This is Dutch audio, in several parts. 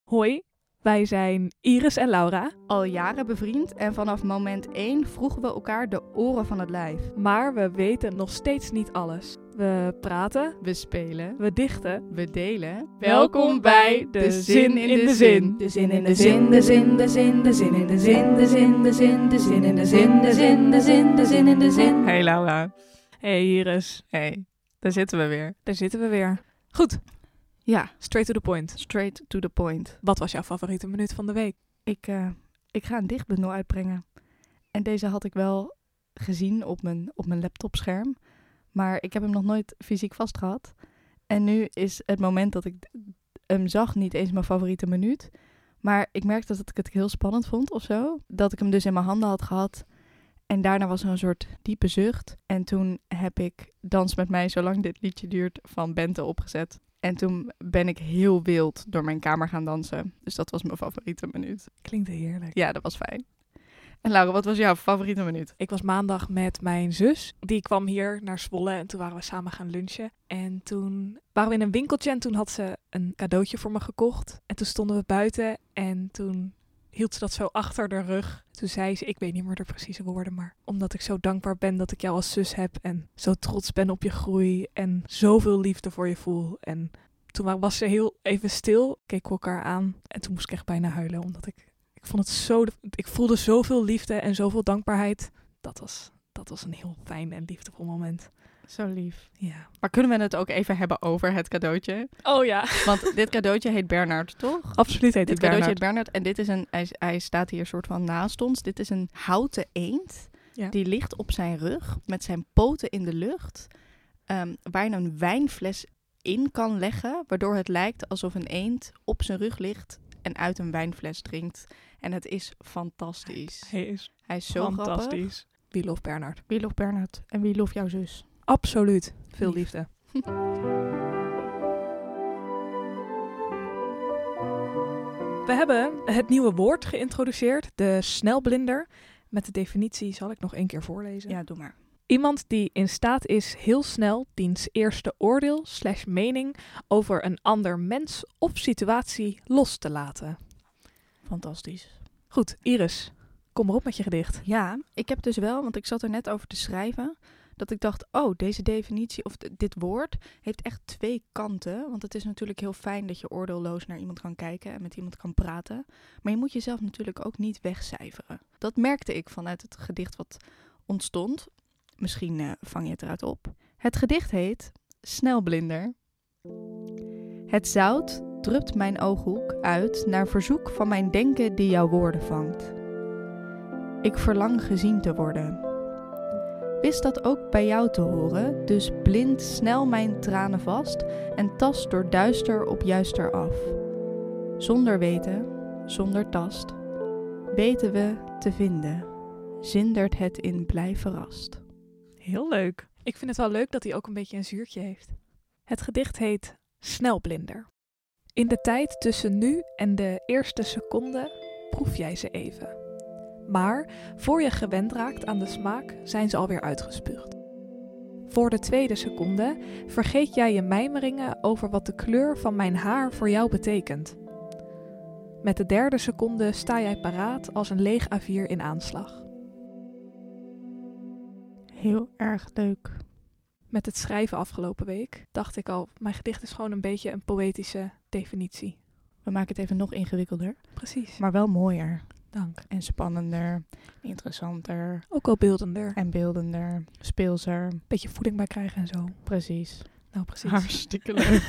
Hoi, wij zijn Iris en Laura, Al jaren bevriend en vanaf moment 1 vroegen we elkaar de oren van het lijf. maar we weten nog steeds niet alles. We praten, We spelen, we dichten. we delen. Welkom bij De Zin in de Zin. De zin in de zin, de zin, de zin, de zin in de zin, de zin, de zin, de zin in de zin, de zin, de zin, de zin in de zin. Hey Laura. Hey Iris, Hey, daar zitten we weer. daar zitten we weer. Goed, Ja, straight to the point. straight to the point. Wat was jouw favoriete minuut van de week? Ik ga een dichtbundel uitbrengen. En deze had ik wel gezien op mijn laptopscherm. Maar ik heb hem nog nooit fysiek vastgehad. En nu is het moment dat ik hem zag niet eens mijn favoriete minuut. Maar ik merkte dat ik het heel spannend vond of zo. Dat ik hem dus in mijn handen had gehad. En daarna was er een soort diepe zucht. En toen heb ik Dans met mij zolang dit liedje duurt van Bente opgezet. En toen ben ik heel wild door mijn kamer gaan dansen. Dus dat was mijn favoriete minuut. Klinkt heerlijk. Ja, dat was fijn. En Laura, wat was jouw favoriete minuut? Ik was maandag met mijn zus. Die kwam hier naar Zwolle en toen waren we samen gaan lunchen. En toen waren we in een winkeltje en toen had ze een cadeautje voor me gekocht. En toen stonden we buiten en toen hield ze dat zo achter de rug. Toen zei ze, ik weet niet meer de precieze woorden, maar omdat ik zo dankbaar ben dat ik jou als zus heb en zo trots ben op je groei en zoveel liefde voor je voel. En toen was ze heel even stil, keken we elkaar aan en toen moest ik echt bijna huilen, omdat ik vond het zo, ik voelde zoveel liefde en zoveel dankbaarheid. Dat was een heel fijn en liefdevol moment. Zo lief. Ja. Maar kunnen we het ook even hebben over het cadeautje? Oh ja. Want dit cadeautje heet Bernard, toch? Absoluut heet Dit het cadeautje Bernard. heet Bernard. En dit is hij staat hier soort van naast ons. Dit is een houten eend. Ja. Die ligt op zijn rug met zijn poten in de lucht. Waar je een wijnfles in kan leggen. Waardoor het lijkt alsof een eend op zijn rug ligt en uit een wijnfles drinkt. En het is fantastisch. Hij is Hij is zo grappig. fantastisch. Wie love Bernard? Wie loft Bernard? En wie loft jouw zus? Absoluut. Veel Lief. liefde. We hebben het nieuwe woord geïntroduceerd, de snelblinder. Met de definitie zal ik nog 1 keer voorlezen. Ja, doe maar. Iemand die in staat is heel snel diens eerste oordeel / mening over een ander mens of situatie los te laten. Fantastisch. Goed, Iris, kom maar op met je gedicht. Ja, ik heb dus wel, want ik zat er net over te schrijven, dat ik dacht, oh, deze definitie of dit woord heeft echt 2 kanten. Want het is natuurlijk heel fijn dat je oordeelloos naar iemand kan kijken en met iemand kan praten. Maar je moet jezelf natuurlijk ook niet wegcijferen. Dat merkte ik vanuit het gedicht wat ontstond. Misschien vang je het eruit op. Het gedicht heet Snelblinder. Het zout drupt mijn ooghoek uit naar verzoek van mijn denken die jouw woorden vangt. Ik verlang gezien te worden. Wist dat ook bij jou te horen, dus blind snel mijn tranen vast en tast door duister op juister af. Zonder weten, zonder tast, weten we te vinden, zindert het in blij verrast. Heel leuk. Ik vind het wel leuk dat hij ook een beetje een zuurtje heeft. Het gedicht heet Snelblinder. In de tijd tussen nu en de eerste seconde proef jij ze even. Maar voor je gewend raakt aan de smaak zijn ze alweer uitgespuugd. Voor de tweede seconde vergeet jij je mijmeringen over wat de kleur van mijn haar voor jou betekent. Met de derde seconde sta jij paraat als een leeg A4 in aanslag. Heel erg leuk. Met het schrijven afgelopen week dacht ik al, mijn gedicht is gewoon een beetje een poëtische definitie. We maken het even nog ingewikkelder, Precies. maar wel mooier. Dank. En spannender, interessanter Ook wel beeldender. en beeldender, speelser. Beetje voeding bij krijgen en zo. Precies. Nou, precies. Hartstikke leuk.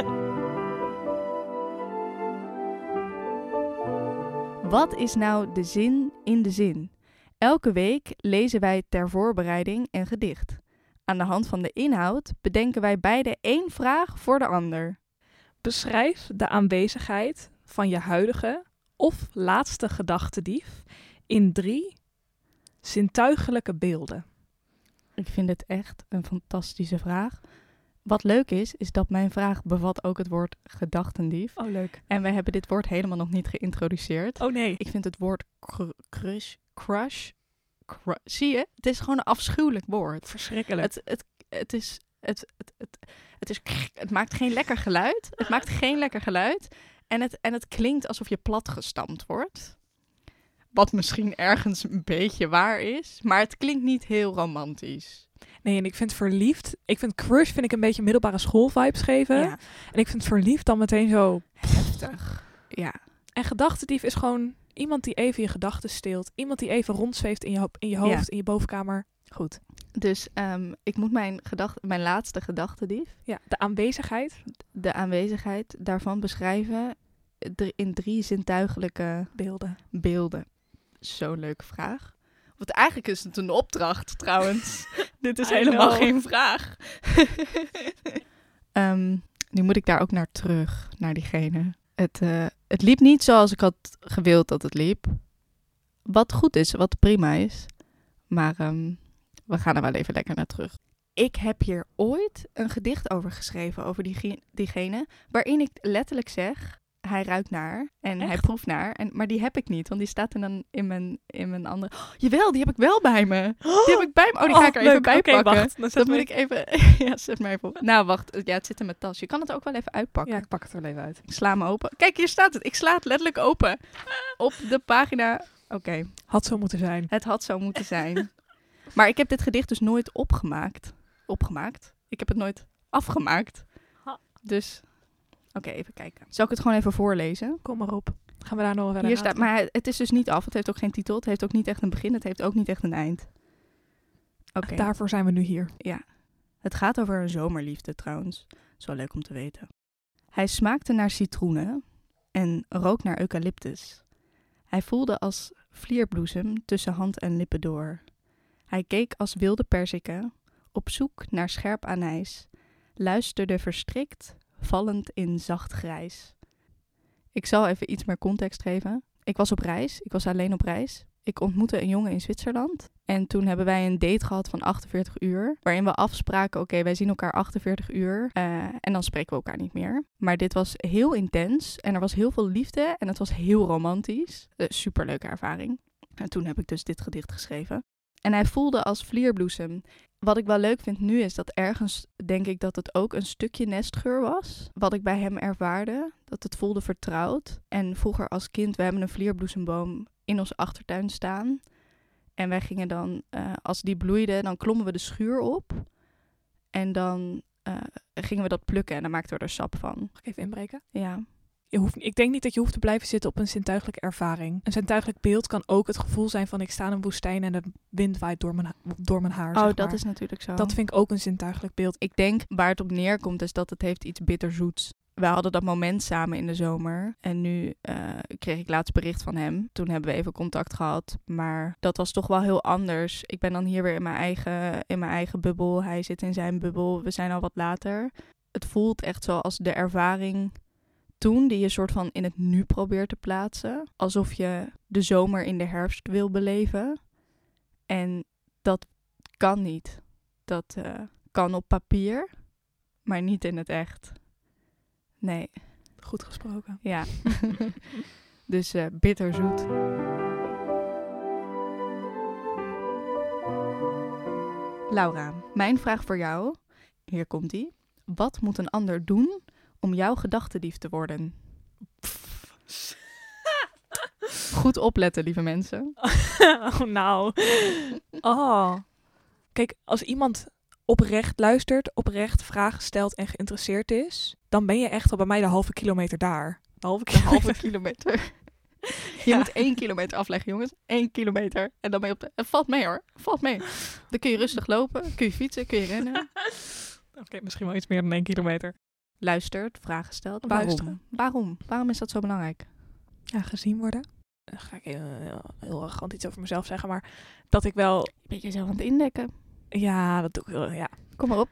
Wat is nou de zin in de zin? Elke week lezen wij ter voorbereiding een gedicht. Aan de hand van de inhoud bedenken wij beide 1 vraag voor de ander. Beschrijf de aanwezigheid van je huidige of laatste gedachtedief in 3 zintuigelijke beelden. Ik vind het echt een fantastische vraag. Wat leuk is dat mijn vraag bevat ook het woord gedachtendief. Oh, leuk. En we hebben dit woord helemaal nog niet geïntroduceerd. Oh nee. Ik vind het woord crush. Zie je? Het is gewoon een afschuwelijk woord. Verschrikkelijk. Het maakt geen lekker geluid. Het maakt geen lekker geluid. En het klinkt alsof je platgestampt wordt. Wat misschien ergens een beetje waar is. Maar het klinkt niet heel romantisch. Nee, en ik vind verliefd... Ik vind crush vind ik een beetje middelbare schoolvibes geven. Ja, En ik vind verliefd dan meteen zo... heftig. Ja. En gedachtendief is gewoon iemand die even je gedachten steelt. Iemand die even rondzweeft in je hoofd, in je bovenkamer. Goed. Dus ik moet mijn laatste gedachtendief, Ja, de aanwezigheid. de aanwezigheid daarvan beschrijven in 3 zintuigelijke Beelden. Zo'n leuke vraag. Want eigenlijk is het een opdracht trouwens. Dit is I helemaal know. geen vraag. Nu moet ik daar ook naar terug, naar diegene. Het liep niet zoals ik had gewild dat het liep. Wat goed is, wat prima is. Maar we gaan er wel even lekker naar terug. Ik heb hier ooit een gedicht over geschreven, over diegene, waarin ik letterlijk zeg, hij ruikt naar en hij Echt? proeft naar. Maar die heb ik niet, want die staat er dan in mijn andere... Oh, jawel, die heb ik wel bij me. Die heb ik bij me. Oh, die ga ik er even bij Oké, pakken. wacht. Dan Dat zet moet me- ik even... Ja, zet maar even op. Nou, wacht. Ja, het zit in mijn tas. Je kan het ook wel even uitpakken. Ja, ik pak het er wel even uit. Ik sla hem open. Kijk, hier staat het. Ik sla het letterlijk open. Op de pagina... Oké, Had zo moeten zijn. het had zo moeten zijn. Maar ik heb dit gedicht dus nooit opgemaakt. Ik heb het nooit afgemaakt. Ha. Dus, oké, even kijken. Zal ik het gewoon even voorlezen? Kom maar op. Gaan we daar nog verder Hier staat, ratelen? maar het is dus niet af. Het heeft ook geen titel. Het heeft ook niet echt een begin. Het heeft ook niet echt een eind. Oké. Daarvoor zijn we nu hier. Ja. Het gaat over een zomerliefde trouwens. Dat is wel leuk om te weten. Hij smaakte naar citroenen en rook naar eucalyptus. Hij voelde als vlierbloesem tussen hand en lippen door. Hij keek als wilde perziken, op zoek naar scherp anijs, luisterde verstrikt, vallend in zacht grijs. Ik zal even iets meer context geven. Ik was op reis, ik was alleen op reis. Ik ontmoette een jongen in Zwitserland. En toen hebben wij een date gehad van 48 uur. Waarin we afspraken, oké, wij zien elkaar 48 uur. En dan spreken we elkaar niet meer. Maar dit was heel intens. En er was heel veel liefde. En het was heel romantisch. Superleuke ervaring. En toen heb ik dus dit gedicht geschreven. En hij voelde als vlierbloesem. Wat ik wel leuk vind nu is dat ergens denk ik dat het ook een stukje nestgeur was. Wat ik bij hem ervaarde. Dat het voelde vertrouwd. En vroeger als kind, we hebben een vlierbloesemboom in onze achtertuin staan. En wij gingen dan, als die bloeide, dan klommen we de schuur op. En dan gingen we dat plukken en dan maakten we er sap van. Mag ik even inbreken? Ja. Ik denk niet dat je hoeft te blijven zitten op een zintuigelijke ervaring. Een zintuigelijk beeld kan ook het gevoel zijn van ik sta in een woestijn en de wind waait door mijn haar. Oh, zeg dat maar. is natuurlijk zo. Dat vind ik ook een zintuigelijk beeld. Ik denk waar het op neerkomt is dat het heeft iets bitterzoets. We hadden dat moment samen in de zomer. En nu kreeg ik laatst bericht van hem. Toen hebben we even contact gehad. Maar dat was toch wel heel anders. Ik ben dan hier weer in mijn eigen bubbel. Hij zit in zijn bubbel. We zijn al wat later. Het voelt echt zoals de ervaring toen die je soort van in het nu probeert te plaatsen. Alsof je de zomer in de herfst wil beleven. En dat kan niet. Dat kan op papier, maar niet in het echt. Nee, Goed gesproken. ja. Dus bitterzoet. Laura, mijn vraag voor jou. Hier komt ie. Wat moet een ander doen om jouw gedachtendief te worden? Goed opletten, lieve mensen. Oh, nou. Oh. Kijk, als iemand oprecht luistert, oprecht vragen stelt en geïnteresseerd is, dan ben je echt al bij mij de halve kilometer daar. De halve Kilometer. Je moet 1 kilometer afleggen, jongens. 1 kilometer. En dan ben je op de... Het valt mee, hoor. Valt mee. Dan kun je rustig lopen, kun je fietsen, kun je rennen. Oké, misschien wel iets meer dan 1 kilometer. Luistert, vragen stelt. Luisteren. Waarom is dat zo belangrijk? Ja, gezien worden. Dan ga ik heel arrogant iets over mezelf zeggen, maar dat ik wel... Je bent jezelf aan het indekken. Ja, dat doe ik wel, ja. Kom maar op.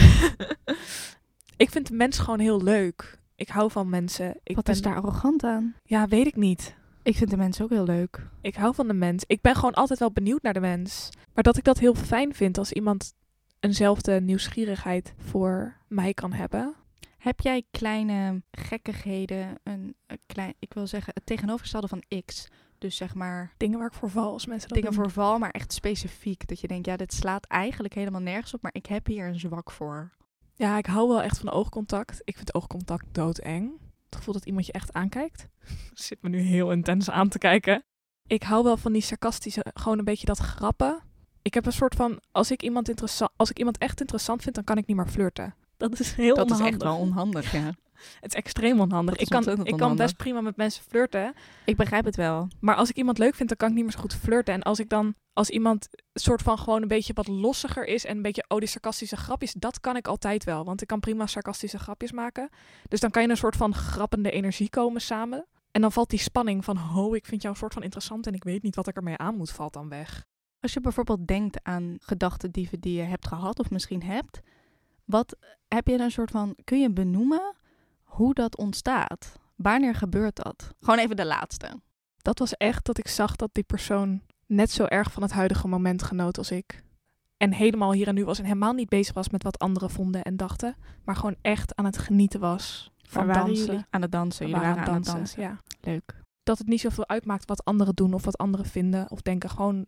Ik vind mensen gewoon heel leuk. Ik hou van mensen. Wat is daar arrogant aan? Ja, weet ik niet. Ik vind de mensen ook heel leuk. Ik hou van de mens. Ik ben gewoon altijd wel benieuwd naar de mens. Maar dat ik dat heel fijn vind als iemand eenzelfde nieuwsgierigheid voor mij kan hebben. Heb jij kleine gekkigheden, ik wil zeggen, het tegenovergestelde van X. Dus zeg maar Dingen waar ik voor val als mensen dat dingen doen. voor val, maar echt specifiek. Dat je denkt, ja, dit slaat eigenlijk helemaal nergens op, maar ik heb hier een zwak voor. Ja, ik hou wel echt van oogcontact. Ik vind oogcontact doodeng. Het gevoel dat iemand je echt aankijkt. Zit me nu heel intens aan te kijken. Ik hou wel van die sarcastische, gewoon een beetje dat grappen. Ik heb een soort van, als ik iemand echt interessant vind, dan kan ik niet meer flirten. Dat is heel onhandig. Dat is echt wel onhandig, ja. Het is extreem onhandig. Dat is Ik kan onhandig. best prima met mensen flirten. Ik begrijp het wel. Maar als ik iemand leuk vind, dan kan ik niet meer zo goed flirten. En als iemand soort van gewoon een beetje wat lossiger is en een beetje, die sarcastische grapjes, dat kan ik altijd wel. Want ik kan prima sarcastische grapjes maken. Dus dan kan je in een soort van grappende energie komen samen. En dan valt die spanning van, ik vind jou een soort van interessant en ik weet niet wat ik ermee aan moet, valt dan weg. Als je bijvoorbeeld denkt aan gedachtendieven die je hebt gehad of misschien hebt, wat heb je een soort van, kun je benoemen hoe dat ontstaat? Wanneer gebeurt dat? Gewoon even de laatste. Dat was echt dat ik zag dat die persoon net zo erg van het huidige moment genoot als ik. En helemaal hier en nu was en helemaal niet bezig was met wat anderen vonden en dachten. Maar gewoon echt aan het genieten was van dansen. Jullie aan het dansen? Jullie waren aan het dansen. Ja. Leuk. Dat het niet zoveel uitmaakt wat anderen doen of wat anderen vinden of denken. Gewoon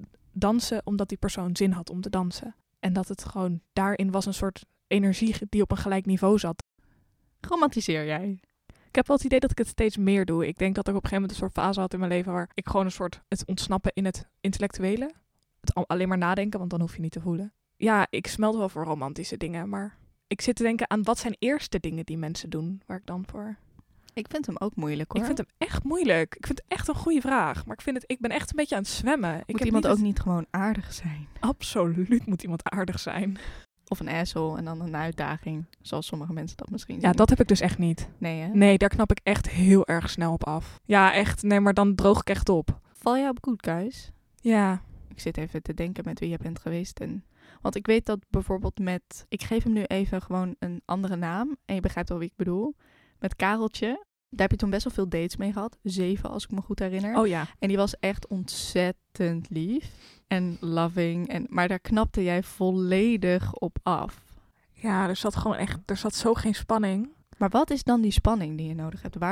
dansen omdat die persoon zin had om te dansen. En dat het gewoon daarin was een soort energie die op een gelijk niveau zat. Romantiseer jij? Ik heb wel het idee dat ik het steeds meer doe. Ik denk dat ik op een gegeven moment een soort fase had in mijn leven waar ik gewoon een soort het ontsnappen in het intellectuele. Het alleen maar nadenken, want dan hoef je niet te voelen. Ja, ik smelt wel voor romantische dingen, maar ik zit te denken aan wat zijn eerste dingen die mensen doen waar ik dan voor... Ik vind hem ook moeilijk, hoor. Ik vind hem echt moeilijk. Ik vind het echt een goede vraag. Maar ik ben echt een beetje aan het zwemmen. Moet iemand ook niet gewoon aardig zijn? Absoluut moet iemand aardig zijn. Of een asshole en dan een uitdaging. Zoals sommige mensen dat misschien zien. Ja, dat heb ik dus echt niet. Nee, hè? Nee, daar knap ik echt heel erg snel op af. Ja, echt. Nee, maar dan droog ik echt op. Val jij op good guys? Ja. Ik zit even te denken met wie je bent geweest. Want ik weet dat bijvoorbeeld met... Ik geef hem nu even gewoon een andere naam. En je begrijpt wel wie ik bedoel. Met Kareltje. Daar heb je toen best wel veel dates mee gehad. 7, als ik me goed herinner. Oh ja. En die was echt ontzettend lief. En loving. Maar daar knapte jij volledig op af. Ja, er zat zo geen spanning. Maar wat is dan die spanning die je nodig hebt?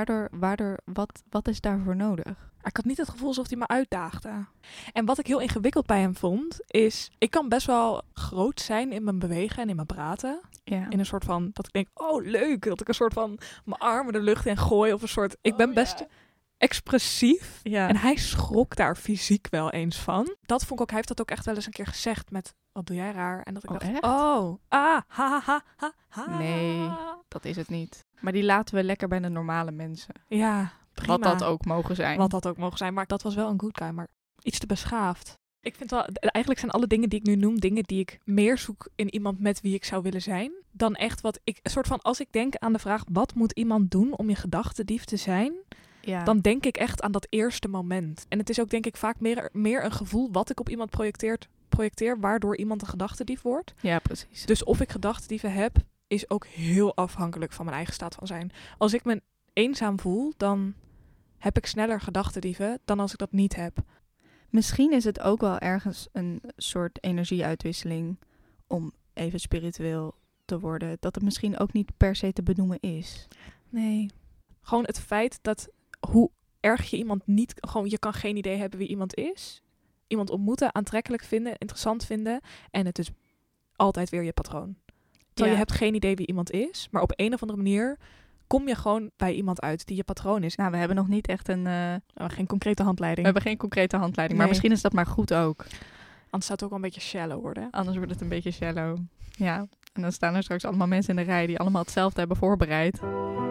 Wat is daarvoor nodig? Ik had niet het gevoel alsof hij me uitdaagde. En wat ik heel ingewikkeld bij hem vond, is... Ik kan best wel groot zijn in mijn bewegen en in mijn praten. Ja. In een soort van, dat ik denk, leuk. Dat ik een soort van mijn armen de lucht in gooi. Of een soort, ik ben best expressief. Ja. En hij schrok daar fysiek wel eens van. Dat vond ik ook, hij heeft dat ook echt wel eens een keer gezegd met, wat doe jij raar? En dat ik dacht, echt? ha, ha, ha, ha. Nee, dat is het niet. Maar die laten we lekker bij de normale mensen. Ja, prima. Wat dat ook mogen zijn. Wat dat ook mogen zijn. Maar dat was wel een good guy, maar iets te beschaafd. Ik vind wel, eigenlijk zijn alle dingen die ik nu noem, dingen die ik meer zoek in iemand met wie ik zou willen zijn. Dan echt wat ik, een soort van, als ik denk aan de vraag, wat moet iemand doen om je gedachtendief te zijn? Ja. Dan denk ik echt aan dat eerste moment. En het is ook denk ik vaak meer een gevoel wat ik op iemand projecteer, waardoor iemand een gedachtendief wordt. Ja, precies. Dus of ik gedachtendieven heb, is ook heel afhankelijk van mijn eigen staat van zijn. Als ik me eenzaam voel, dan heb ik sneller gedachtendieven dan als ik dat niet heb. Misschien is het ook wel ergens een soort energieuitwisseling om even spiritueel te worden. Dat het misschien ook niet per se te benoemen is. Nee. Gewoon het feit dat hoe erg je iemand niet... Gewoon, je kan geen idee hebben wie iemand is. Iemand ontmoeten, aantrekkelijk vinden, interessant vinden. En het is altijd weer je patroon. Terwijl je hebt geen idee wie iemand is. Maar op een of andere manier kom je gewoon bij iemand uit die je patroon is. Nou, we hebben nog niet echt geen concrete handleiding. We hebben geen concrete handleiding. Nee. Maar misschien is dat maar goed ook. Anders zou het ook wel een beetje shallow worden. Anders wordt het een beetje shallow. Ja. En dan staan er straks allemaal mensen in de rij die allemaal hetzelfde hebben voorbereid.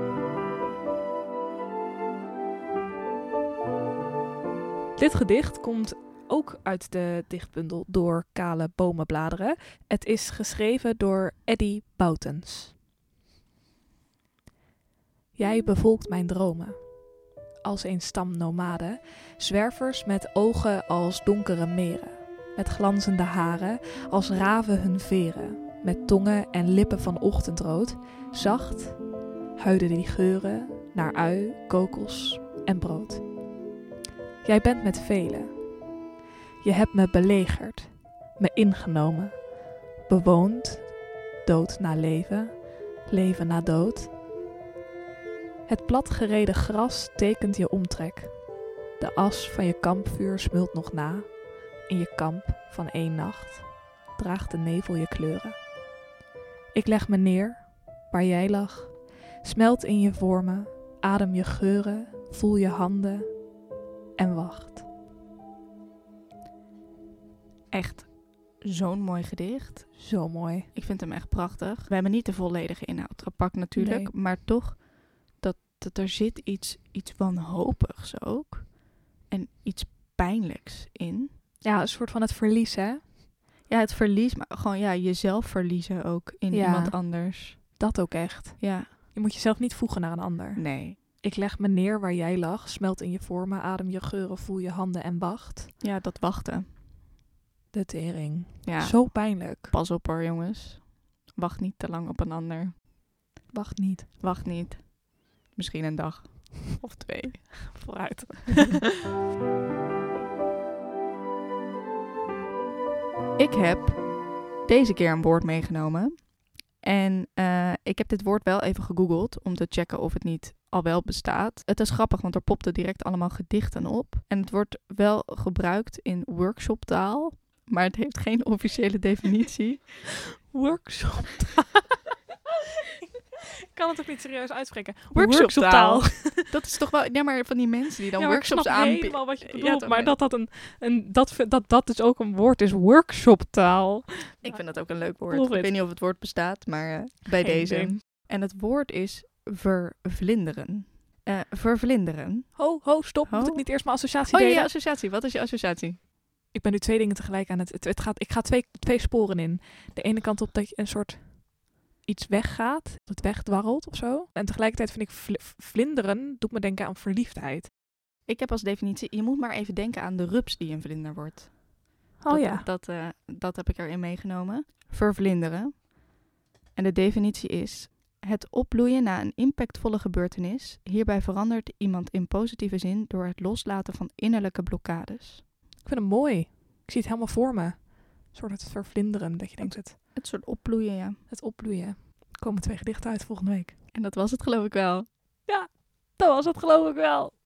Dit gedicht komt ook uit de dichtbundel Door kale bomen bladeren. Het is geschreven door Eddy Boutens. Jij bevolkt mijn dromen. Als een stam nomaden, zwervers met ogen als donkere meren. Met glanzende haren, als raven hun veren. Met tongen en lippen van ochtendrood. Zacht, huiden die geuren naar ui, kokos en brood. Jij bent met velen. Je hebt me belegerd, me ingenomen, bewoond, dood na leven, leven na dood. Het platgereden gras tekent je omtrek. De as van je kampvuur smult nog na. In je kamp van 1 nacht draagt de nevel je kleuren. Ik leg me neer, waar jij lag, smelt in je vormen, Adem je geuren, voel je handen en wacht. Echt zo'n mooi gedicht. Zo mooi. Ik vind hem echt prachtig. We hebben niet de volledige inhoud gepakt natuurlijk. Nee. Maar toch, dat er zit iets wanhopigs ook. En iets pijnlijks in. Ja, een soort van het verlies, hè? Ja, het verlies, maar gewoon jezelf verliezen ook in Ja. iemand anders. Dat ook echt. Ja, Je moet jezelf niet voegen naar een ander. nee. Ik leg me neer waar jij lag, smelt in je vormen, adem je geuren, voel je handen en wacht. Ja, dat wachten. De tering. Ja, Zo pijnlijk. pas op hoor jongens. Wacht niet te lang op een ander. Wacht niet. Wacht niet. Misschien een dag. Of 2. Vooruit. Ik heb deze keer een woord meegenomen. En ik heb dit woord wel even gegoogeld om te checken of het niet al wel bestaat. Het is grappig, want er popten direct allemaal gedichten op. En het wordt wel gebruikt in workshoptaal, maar het heeft geen officiële definitie. Workshop. Ik kan het ook niet serieus uitspreken. Workshoptaal. Dat is toch wel... Ja, maar van die mensen die dan Ja, maar ik workshops snap aanbieden. helemaal wat je Ja, bedoelt, toch, maar maar- dat dus ook een woord is, workshoptaal. Ik vind dat ook een leuk woord. Love Ik it. weet niet of het woord bestaat, maar bij Geen deze. idee. En het woord is vervlinderen. Vervlinderen. Ho, stop. Ho? Moet ik niet eerst mijn associatie Oh ja, delen? je associatie. Wat is je associatie? Ik ben nu 2 dingen tegelijk aan ik ga twee sporen in. De ene kant op dat je een soort iets weggaat, dat het wegdwarrelt of zo. En tegelijkertijd vind ik vlinderen doet me denken aan verliefdheid. Ik heb als definitie, je moet maar even denken aan de rups die een vlinder wordt. Dat heb ik erin meegenomen. Vervlinderen. En de definitie is het opbloeien na een impactvolle gebeurtenis. Hierbij verandert iemand in positieve zin door het loslaten van innerlijke blokkades. Ik vind hem mooi. Ik zie het helemaal voor me. Een soort het vervlinderen, dat je denkt Het soort opbloeien, ja. het opbloeien. Er komen 2 gedichten uit volgende week. En dat was het geloof ik wel. Dat was het geloof ik wel.